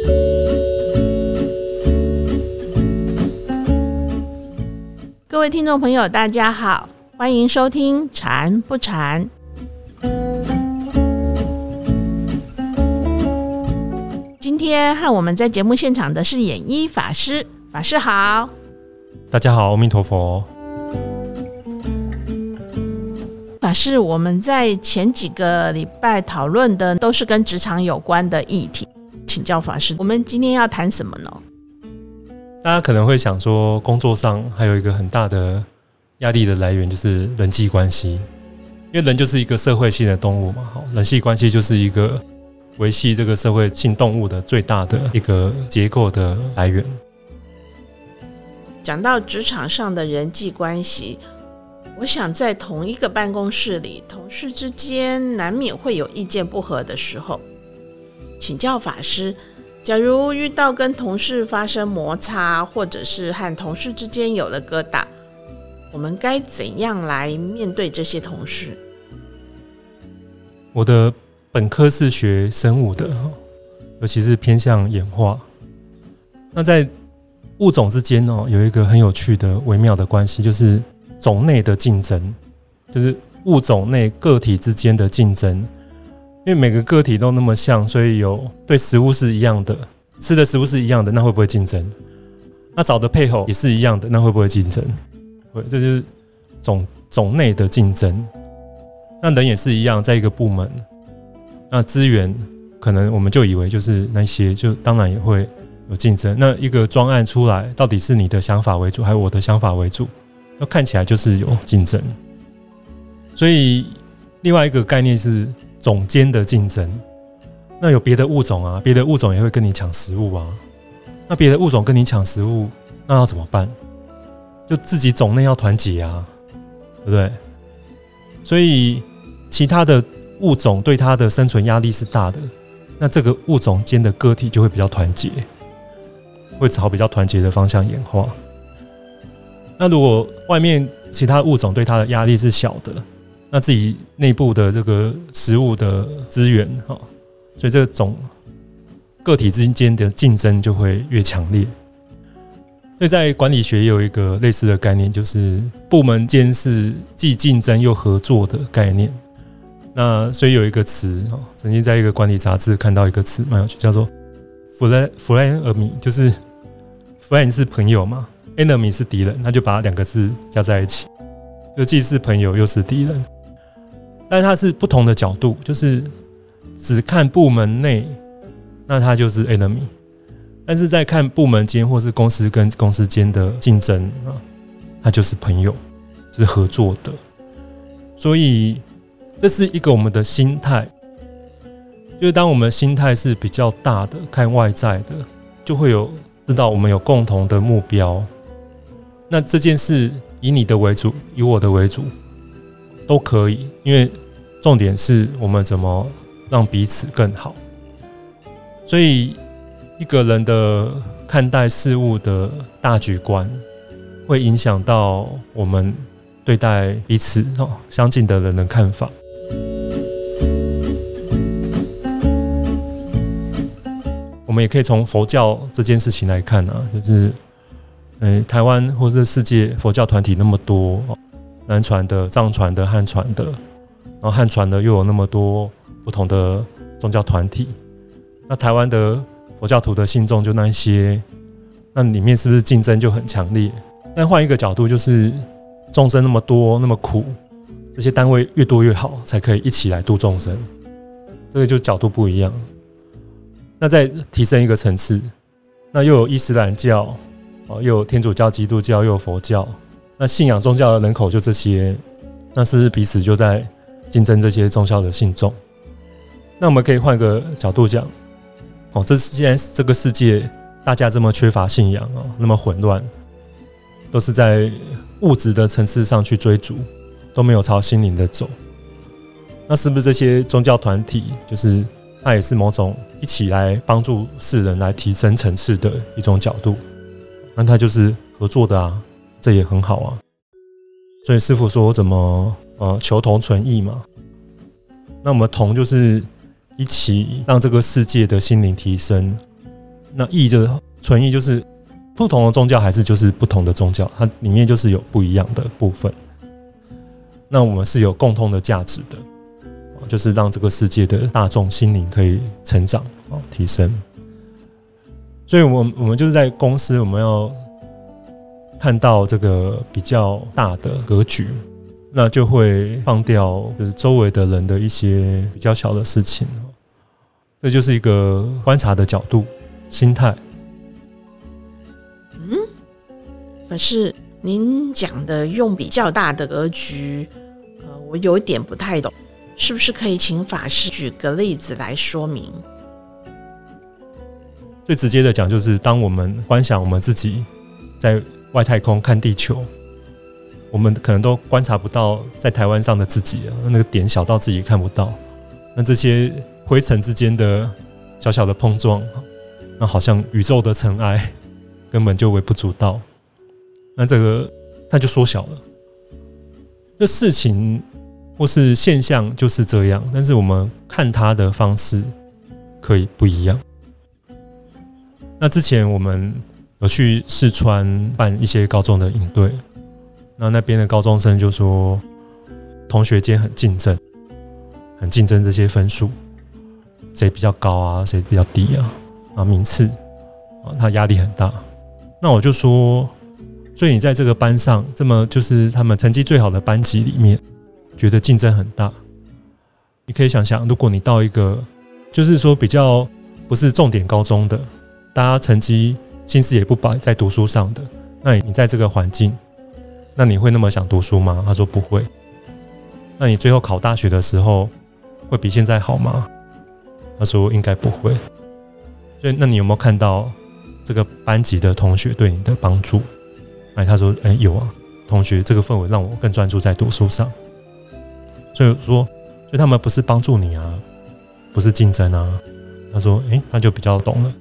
各位听众朋友大家好，欢迎收听禅不禅。今天和我们在节目现场的是演一法师，法师好。 大家好，阿弥陀佛。 法师，我们在前几个礼拜讨论的都是跟职场有关的议题，请教法师，我们今天要谈什么呢？ 大家可能会想说，工作上还有一个很大的压力的来源就是人际关系，因为人就是一个社会性的动物嘛，人际关系就是一个维系这个社会性动物的最大的一个结构的来源。 讲到职场上的人际关系，我想在同一个办公室里，同事之间难免会有意见不合的时候。请教法师，假如遇到跟同事发生摩擦，或者是和同事之间有了疙瘩，我们该怎样来面对这些同事？ 我的本科是学生物的，尤其是偏向演化。那在物种之间有一个很有趣的微妙的关系，就是种内的竞争，就是物种内个体之间的竞争。因为每个个体都那么像，所以有对食物是一样的，吃的食物是一样的，那会不会竞争？那找的配偶也是一样的，那会不会竞争？会，这就是种内的竞争。那人也是一样，在一个部门，那资源可能我们就以为就是那些，就当然也会有竞争。那一个专案出来，到底是你的想法为主，还是我的想法为主？那看起来就是有竞争。所以另外一个概念是种间的竞争。那有别的物种啊，别的物种也会跟你抢食物啊。那别的物种跟你抢食物，那要怎么办？就自己种内要团结啊，对不对？所以其他的物种对它的生存压力是大的，那这个物种间的个体就会比较团结，会朝比较团结的方向演化。那如果外面其他物种对它的压力是小的，那自己内部的这个食物的资源，所以这种个体之间的竞争就会越强烈。所以在管理学也有一个类似的概念，就是部门间是既竞争又合作的概念。那所以有一个词，曾经在一个管理杂志看到一个词蛮有趣，叫做 frenemy， 就是 friend 是朋友嘛， enemy 是敌人，他就把两个字加在一起，就既是朋友又是敌人。但是它是不同的角度，就是只看部门内，那它就是 enemy。但是在看部门间或是公司跟公司间的竞争，它就是朋友，是合作的。所以这是一个我们的心态，就是当我们心态是比较大的，看外在的，就会有知道我们有共同的目标。那这件事以你的为主，以我的为主，都可以，因为重点是我们怎么让彼此更好。所以一个人的看待事物的大局观，会影响到我们对待彼此相近的人的看法。我们也可以从佛教这件事情来看啊，就是台湾或者世界佛教团体那么多，南传的、藏传的、汉传的，然后汉传的又有那么多不同的宗教团体，那台湾的佛教徒的信众就那一些，那里面是不是竞争就很强烈？但换一个角度，就是众生那么多那么苦，这些单位越多越好，才可以一起来度众生，这个就角度不一样。那再提升一个层次，那又有伊斯兰教，又有天主教、基督教，又有佛教，那信仰宗教的人口就这些，那是不是彼此就在竞争这些宗教的信众？那我们可以换个角度讲，这现在这个世界大家这么缺乏信仰，那么混乱，都是在物质的层次上去追逐，都没有朝心灵的走。那是不是这些宗教团体，就是它也是某种一起来帮助世人来提升层次的一种角度？那它就是合作的啊，这也很好啊。所以师父说怎么求同存异嘛？那我们同就是一起让这个世界的心灵提升， 那义就是纯义，就是不同的宗教还是就是不同的宗教，它里面就是有不一样的部分。那我们是有共通的价值的，就是让这个世界的大众心灵可以成长提升。所以我们就是在公司，我们要看到这个比较大的格局，那就会放掉就是周围的人的一些比较小的事情。这就是一个观察的角度、心态。 可是您讲的用比较大的格局，我有一点不太懂，是不是可以请法师举个例子来说明？ 最直接的讲，就是当我们观想我们自己在外太空看地球，我们可能都观察不到在台湾上的自己，那个点小到自己看不到。那这些灰尘之间的小小的碰撞，那好像宇宙的尘埃根本就微不足道。那这个它就缩小了。这事情或是现象就是这样，但是我们看它的方式可以不一样。那之前我们有去四川办一些高中的营队，那边的高中生就说，同学间很竞争这些分数，谁比较高啊，谁比较低啊，名次啊，他压力很大。那我就说，所以你在这个班上，这么就是他们成绩最好的班级里面，觉得竞争很大，你可以想想，如果你到一个就是说比较不是重点高中的，大家成绩心思也不摆在读书上的，那你在这个环境，那你会那么想读书吗？他说不会。那你最后考大学的时候会比现在好吗？他说应该不会。所以那你有没有看到这个班级的同学对你的帮助？他说有啊，同学这个氛围让我更专注在读书上。所以他们不是帮助你啊，不是竞争啊。他说那就比较懂了。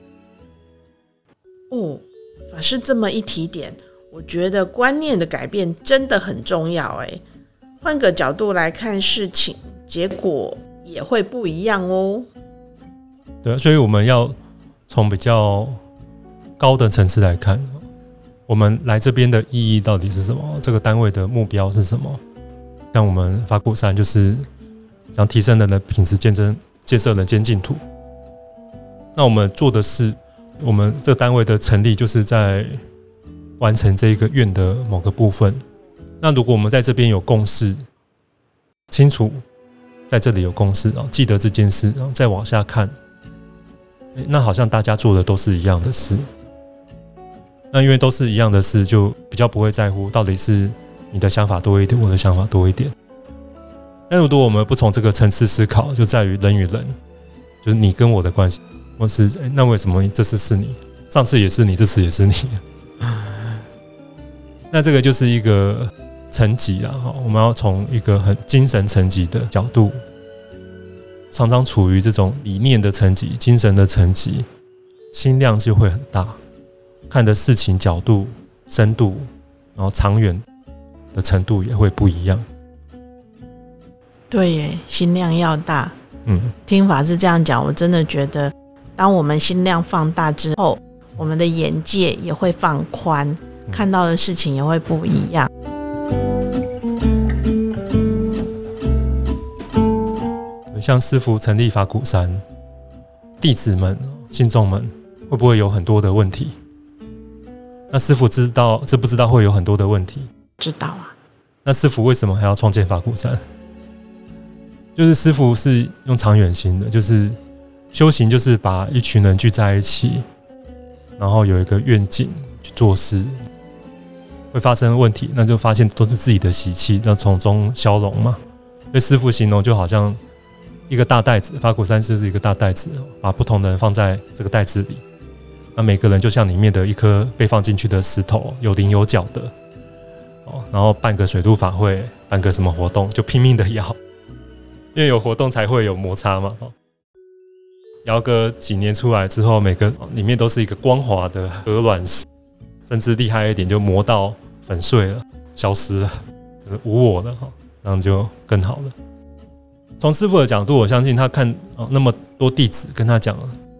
法师这么一提点，我觉得观念的改变真的很重要。换个角度来看事情，结果也会不一样哦。 对，所以我们要从比较高的层次来看，我们来这边的意义到底是什么？这个单位的目标是什么？像我们法鼓山就是想提升人的品质，建设人间净土。那我们做的是，我们这个单位的成立就是在完成这一个愿的某个部分。那如果我们在这边有共识，清楚在这里有共识，记得这件事，然后再往下看，那好像大家做的都是一样的事。那因为都是一样的事，就比较不会在乎到底是你的想法多一点，我的想法多一点。但如果我们不从这个层次思考，就在于人与人，就是你跟我的关系，或是那为什么这次是你，上次也是你，这次也是你？那这个就是一个层级啦，我们要从一个很精神层级的角度，常常处于这种理念的层级、精神的层级，心量就会很大，看的事情角度、深度，然后长远的程度也会不一样。 对耶，心量要大。听法师这样讲，我真的觉得，当我们心量放大之后，我们的眼界也会放宽，看到的事情也会不一样。 像师父成立法鼓山，弟子们、信众们会不会有很多的问题？那师父知不知道会有很多的问题？ 知道啊。 那师父为什么还要创建法鼓山？就是师父是用长远心的，就是修行就是把一群人聚在一起，然后有一个愿景去做事，会发生问题，那就发现都是自己的习气，要从中消融嘛。所以师父形容就好像一个大袋子，法鼓山是一个大袋子，把不同的人放在这个袋子里，那每个人就像里面的一颗被放进去的石头，有棱有角的，然后办个水陆法会，办个什么活动就拼命的摇，因为有活动才会有摩擦嘛。摇个几年出来之后，每个里面都是一个光滑的鹅卵石，甚至厉害一点就磨到粉碎了，消失了，就是无我了，这样就更好了。从师父的角度，我相信他看那么多弟子跟他讲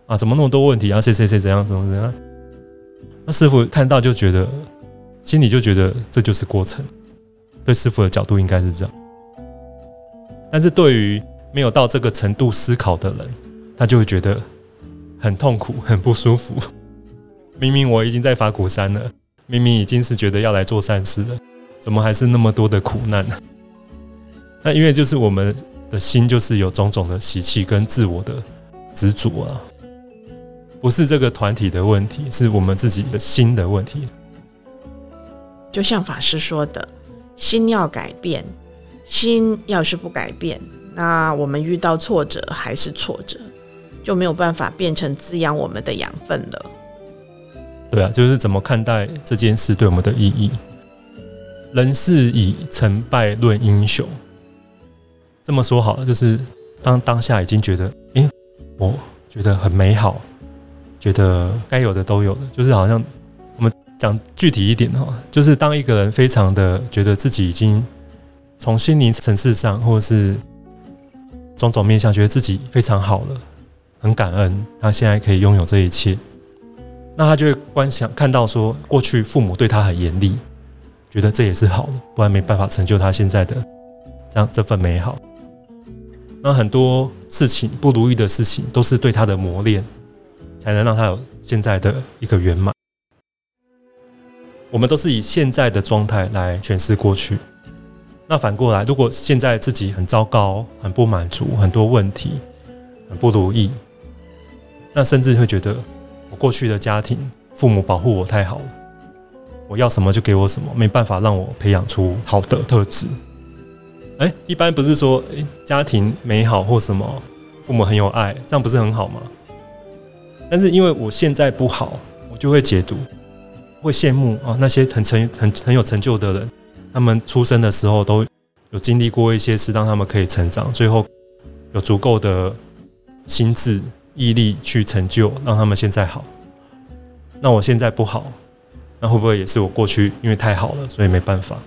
啊，怎么那么多问题啊？谁谁谁怎样怎么怎样？那师父看到就觉得，心里就觉得这就是过程。对师父的角度应该是这样，但是对于没有到这个程度思考的人，他就会觉得很痛苦、很不舒服。明明我已经在法鼓山了，明明已经是觉得要来做善事了，怎么还是那么多的苦难呢？那因为就是我们的心就是有种种的习气跟自我的执着啊，不是这个团体的问题，是我们自己的心的问题。 就像法师说的，心要改变，心要是不改变，那我们遇到挫折还是挫折，就没有办法变成滋养我们的养分了。 对啊，就是怎么看待这件事对我们的意义。人是以成败论英雄，这么说好了，就是当下已经觉得，我觉得很美好，觉得该有的都有了，就是好像我们讲具体一点哈，就是当一个人非常的觉得自己已经从心灵层次上，或者是种种面向，觉得自己非常好了，很感恩他现在可以拥有这一切，那他就会观想看到说，过去父母对他很严厉，觉得这也是好的，不然没办法成就他现在的这份美好。那很多事情不如意的事情，都是对他的磨练，才能让他有现在的一个圆满。我们都是以现在的状态来诠释过去。那反过来，如果现在自己很糟糕、很不满足、很多问题、很不如意，那甚至会觉得我过去的家庭父母保护我太好了，我要什么就给我什么，没办法让我培养出好的特质。一般不是说家庭美好或什么父母很有爱，这样不是很好吗？但是因为我现在不好，我就会解读，会羡慕那些很有成就的人，他们出生的时候都有经历过一些事，让他们可以成长，最后有足够的心智毅力去成就，让他们现在好。那我现在不好，那会不会也是我过去因为太好了，所以没办法？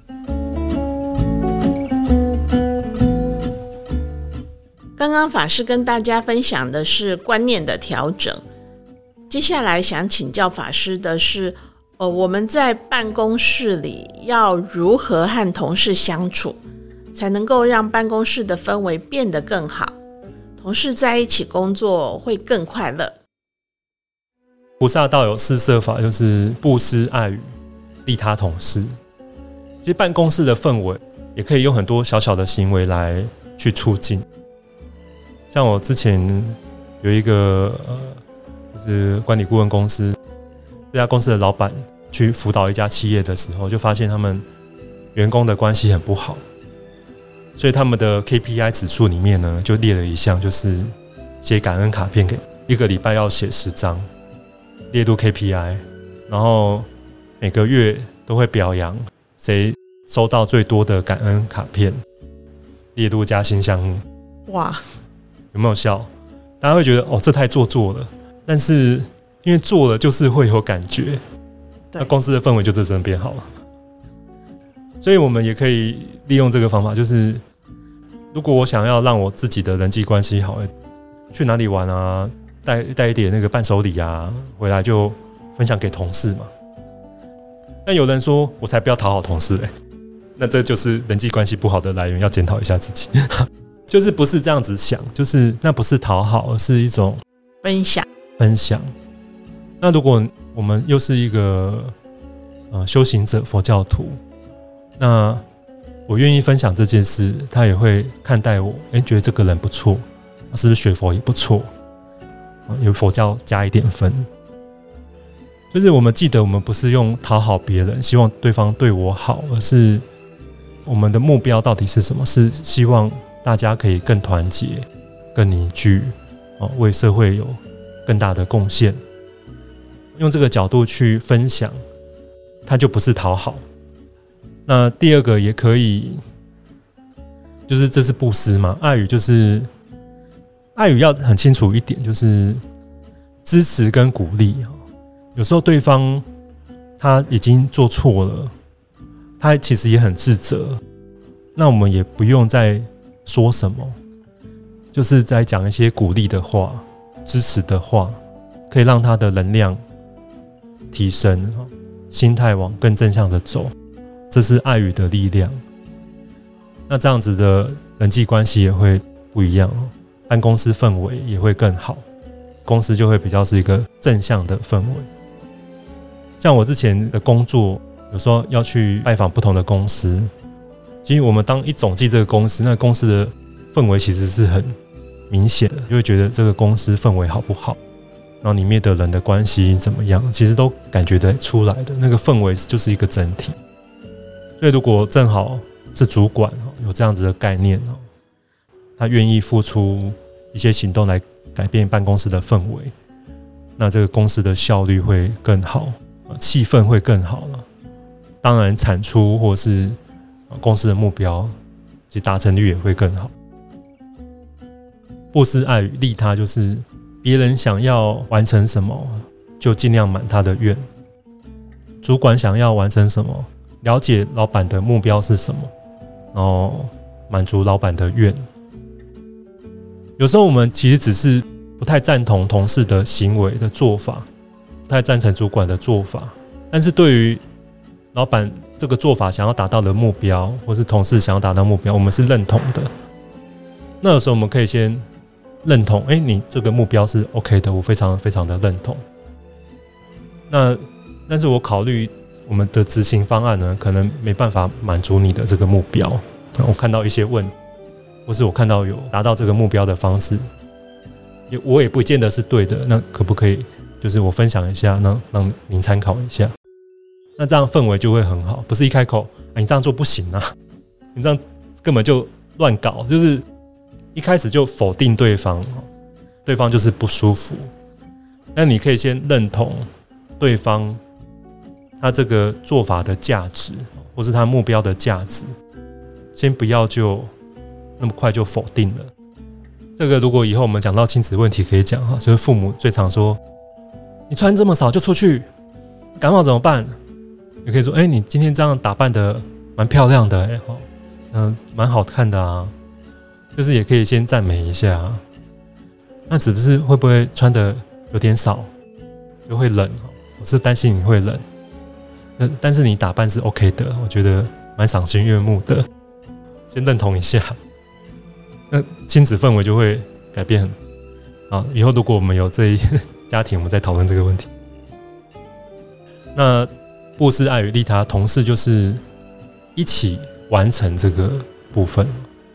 刚刚法师跟大家分享的是观念的调整，接下来想请教法师的是，我们在办公室里要如何和同事相处，才能够让办公室的氛围变得更好，同事在一起工作会更快乐。 菩萨道有四摄法，就是布施、爱语、利他、同事。其实办公室的氛围也可以用很多小小的行为来去促进。像我之前有一个就是管理顾问公司，这家公司的老板去辅导一家企业的时候，就发现他们员工的关系很不好，所以他们的 KPI 指数里面呢，就列了一项，就是写感恩卡片，给一个礼拜要写10张，列入 KPI， 然后每个月都会表扬谁收到最多的感恩卡片，列入加薪项目。 哇， 有没有效？大家会觉得这太做作了，但是因为做了就是会有感觉，那公司的氛围就真的变好了。所以我们也可以利用这个方法，就是如果我想要让我自己的人际关系好，去哪里玩啊，带一点那个伴手礼啊，回来就分享给同事嘛。但有人说我才不要讨好同事那这就是人际关系不好的来源，要检讨一下自己。就是不是这样子想，就是那不是讨好，而是一种分享。那如果我们又是一个修行者、佛教徒，那我愿意分享这件事，他也会看待我，觉得这个人不错，是不是学佛也不错，有佛教加一点分。就是我们记得，我们不是用讨好别人，希望对方对我好，而是我们的目标到底是什么？是希望大家可以更团结、更凝聚，为社会有更大的贡献。用这个角度去分享，它就不是讨好。那第二个也可以，就是这是布施嘛，爱语就是爱语要很清楚一点，就是支持跟鼓励。有时候对方他已经做错了，他其实也很自责，那我们也不用再说什么，就是在讲一些鼓励的话， 支持的话，可以让他的能量提升，心态往更正向的走，这是爱语的力量。那这样子的人际关系也会不一样，办公室氛围也会更好，公司就会比较是一个正向的氛围。像我之前的工作，有时候要去拜访不同的公司，其实我们当一总计这个公司，那公司的氛围其实是很明显的，就会觉得这个公司氛围好不好，然后里面的人的关系怎么样，其实都感觉得出来的，那个氛围就是一个整体。所以如果正好是主管有这样子的概念，他愿意付出一些行动来改变办公室的氛围，那这个公司的效率会更好，气氛会更好了。当然产出或是公司的目标其实达成率也会更好。布施爱与利他，就是别人想要完成什么就尽量满他的愿，主管想要完成什么，了解老板的目标是什么，然后满足老板的愿。有时候我们其实只是不太赞同同事的行为的做法，不太赞成主管的做法，但是对于老板这个做法想要达到的目标，或是同事想要达到目标，我们是认同的。那有时候我们可以先认同，你这个目标是 OK 的，我非常非常的认同。但是我考虑我们的执行方案呢，可能没办法满足你的这个目标。我看到一些问题，或是我看到有达到这个目标的方式，我也不见得是对的。那可不可以就是我分享一下，让您参考一下？那这样氛围就会很好，不是一开口，你这样做不行啊，你这样根本就乱搞，就是一开始就否定对方，对方就是不舒服。那你可以先认同对方他这个做法的价值，或是他目标的价值，先不要就那么快就否定了。这个如果以后我们讲到亲子问题可以讲，就是父母最常说，你穿这么少就出去，感冒怎么办？也可以说，你今天这样打扮的蛮漂亮的，蛮好看的啊，就是也可以先赞美一下。那只是会不会穿的有点少，就会冷？我是担心你会冷，但是你打扮是 OK 的，我觉得蛮赏心悦目的，先认同一下，那亲子氛围就会改变。好，以后如果我们有这一家庭，我们再讨论这个问题。那布施爱与利他，同事就是一起完成这个部分。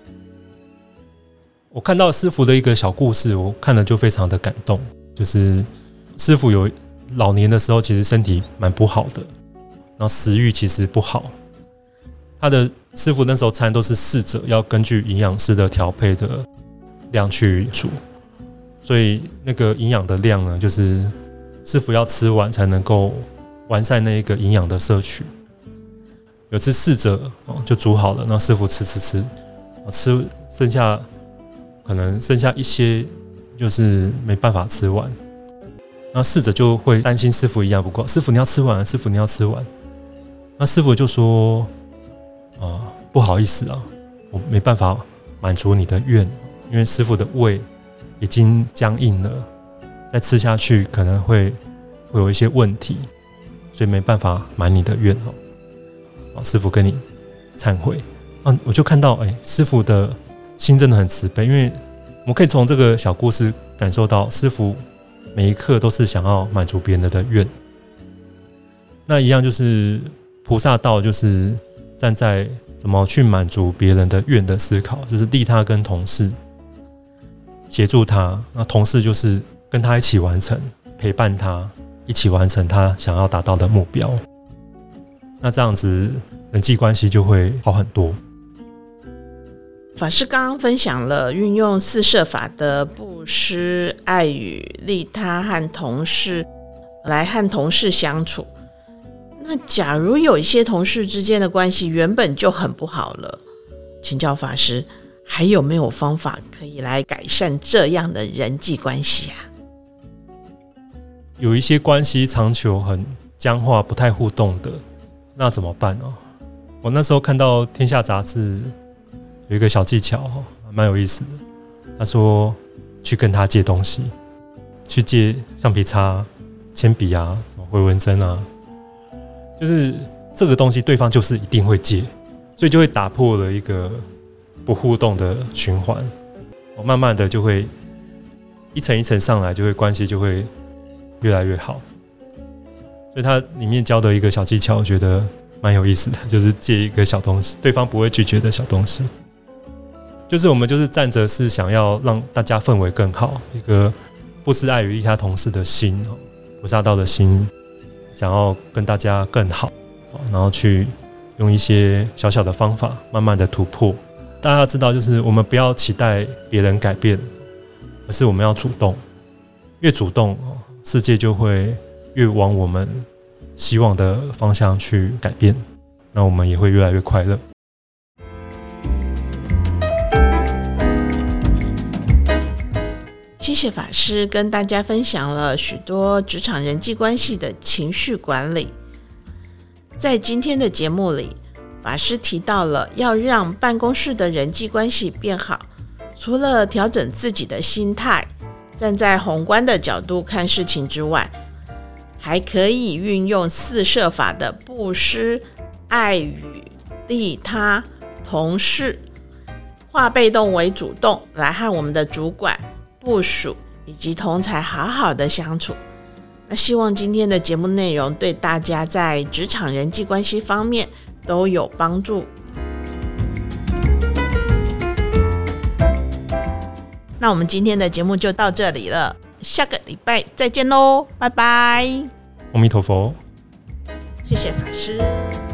我看到师父的一个小故事，我看了就非常的感动。就是师父有老年的时候，其实身体蛮不好的，然后食欲其实不好。他的师父那时候餐都是试着要根据营养师的调配的量去煮，所以那个营养的量呢，就是师父要吃完才能够完善那一个营养的摄取。有次试着就煮好了，然后师父吃剩下可能剩下一些，就是没办法吃完。那试着就会担心师父营养不够，师父你要吃完，师父你要吃完。那师父就说不好意思啊，我没办法满足你的愿，因为师父的胃已经僵硬了，再吃下去可能会有一些问题，所以没办法满你的愿师父跟你忏悔。我就看到师父的心真的很慈悲，因为我们可以从这个小故事感受到师父每一刻都是想要满足别人的愿。那一样就是菩萨道，就是站在怎么去满足别人的愿的思考，就是利他跟同事协助他，那同事就是跟他一起完成，陪伴他一起完成他想要达到的目标。那这样子人际关系就会好很多。 法师刚刚分享了运用四摄法的布施、爱与利他和同事来和同事相处。那假如有一些同事之间的关系原本就很不好了，请教法师，还有没有方法可以来改善这样的人际关系啊？ 有一些关系长久很僵化，不太互动的，那怎么办呢？我那时候看到《天下》杂志有一个小技巧，蛮有意思的。他说去跟他借东西， 去借橡皮擦、铅笔啊、什么回纹针啊，就是这个东西对方就是一定会借，所以就会打破了一个不互动的循环，慢慢的就会一层一层上来，就会关系就会越来越好。所以它里面教的一个小技巧，我觉得蛮有意思的，就是借一个小东西，对方不会拒绝的小东西。就是我们就是站着是想要让大家氛围更好，一个不是碍于一他同事的心，不煞道的心，想要跟大家更好，然后去用一些小小的方法，慢慢的突破。大家要知道，就是我们不要期待别人改变，而是我们要主动。越主动，世界就会越往我们希望的方向去改变，那我们也会越来越快乐。 谢谢法师跟大家分享了许多职场人际关系的情绪管理。在今天的节目里，法师提到了要让办公室的人际关系变好，除了调整自己的心态，站在宏观的角度看事情之外，还可以运用四摄法的布施、爱与利他、同事，化被动为主动，来和我们的主管、部属以及同侪好好的相处。那希望今天的节目内容对大家在职场人际关系方面都有帮助。那我们今天的节目就到这里了，下个礼拜再见喽，拜拜。 阿弥陀佛。 谢谢法师。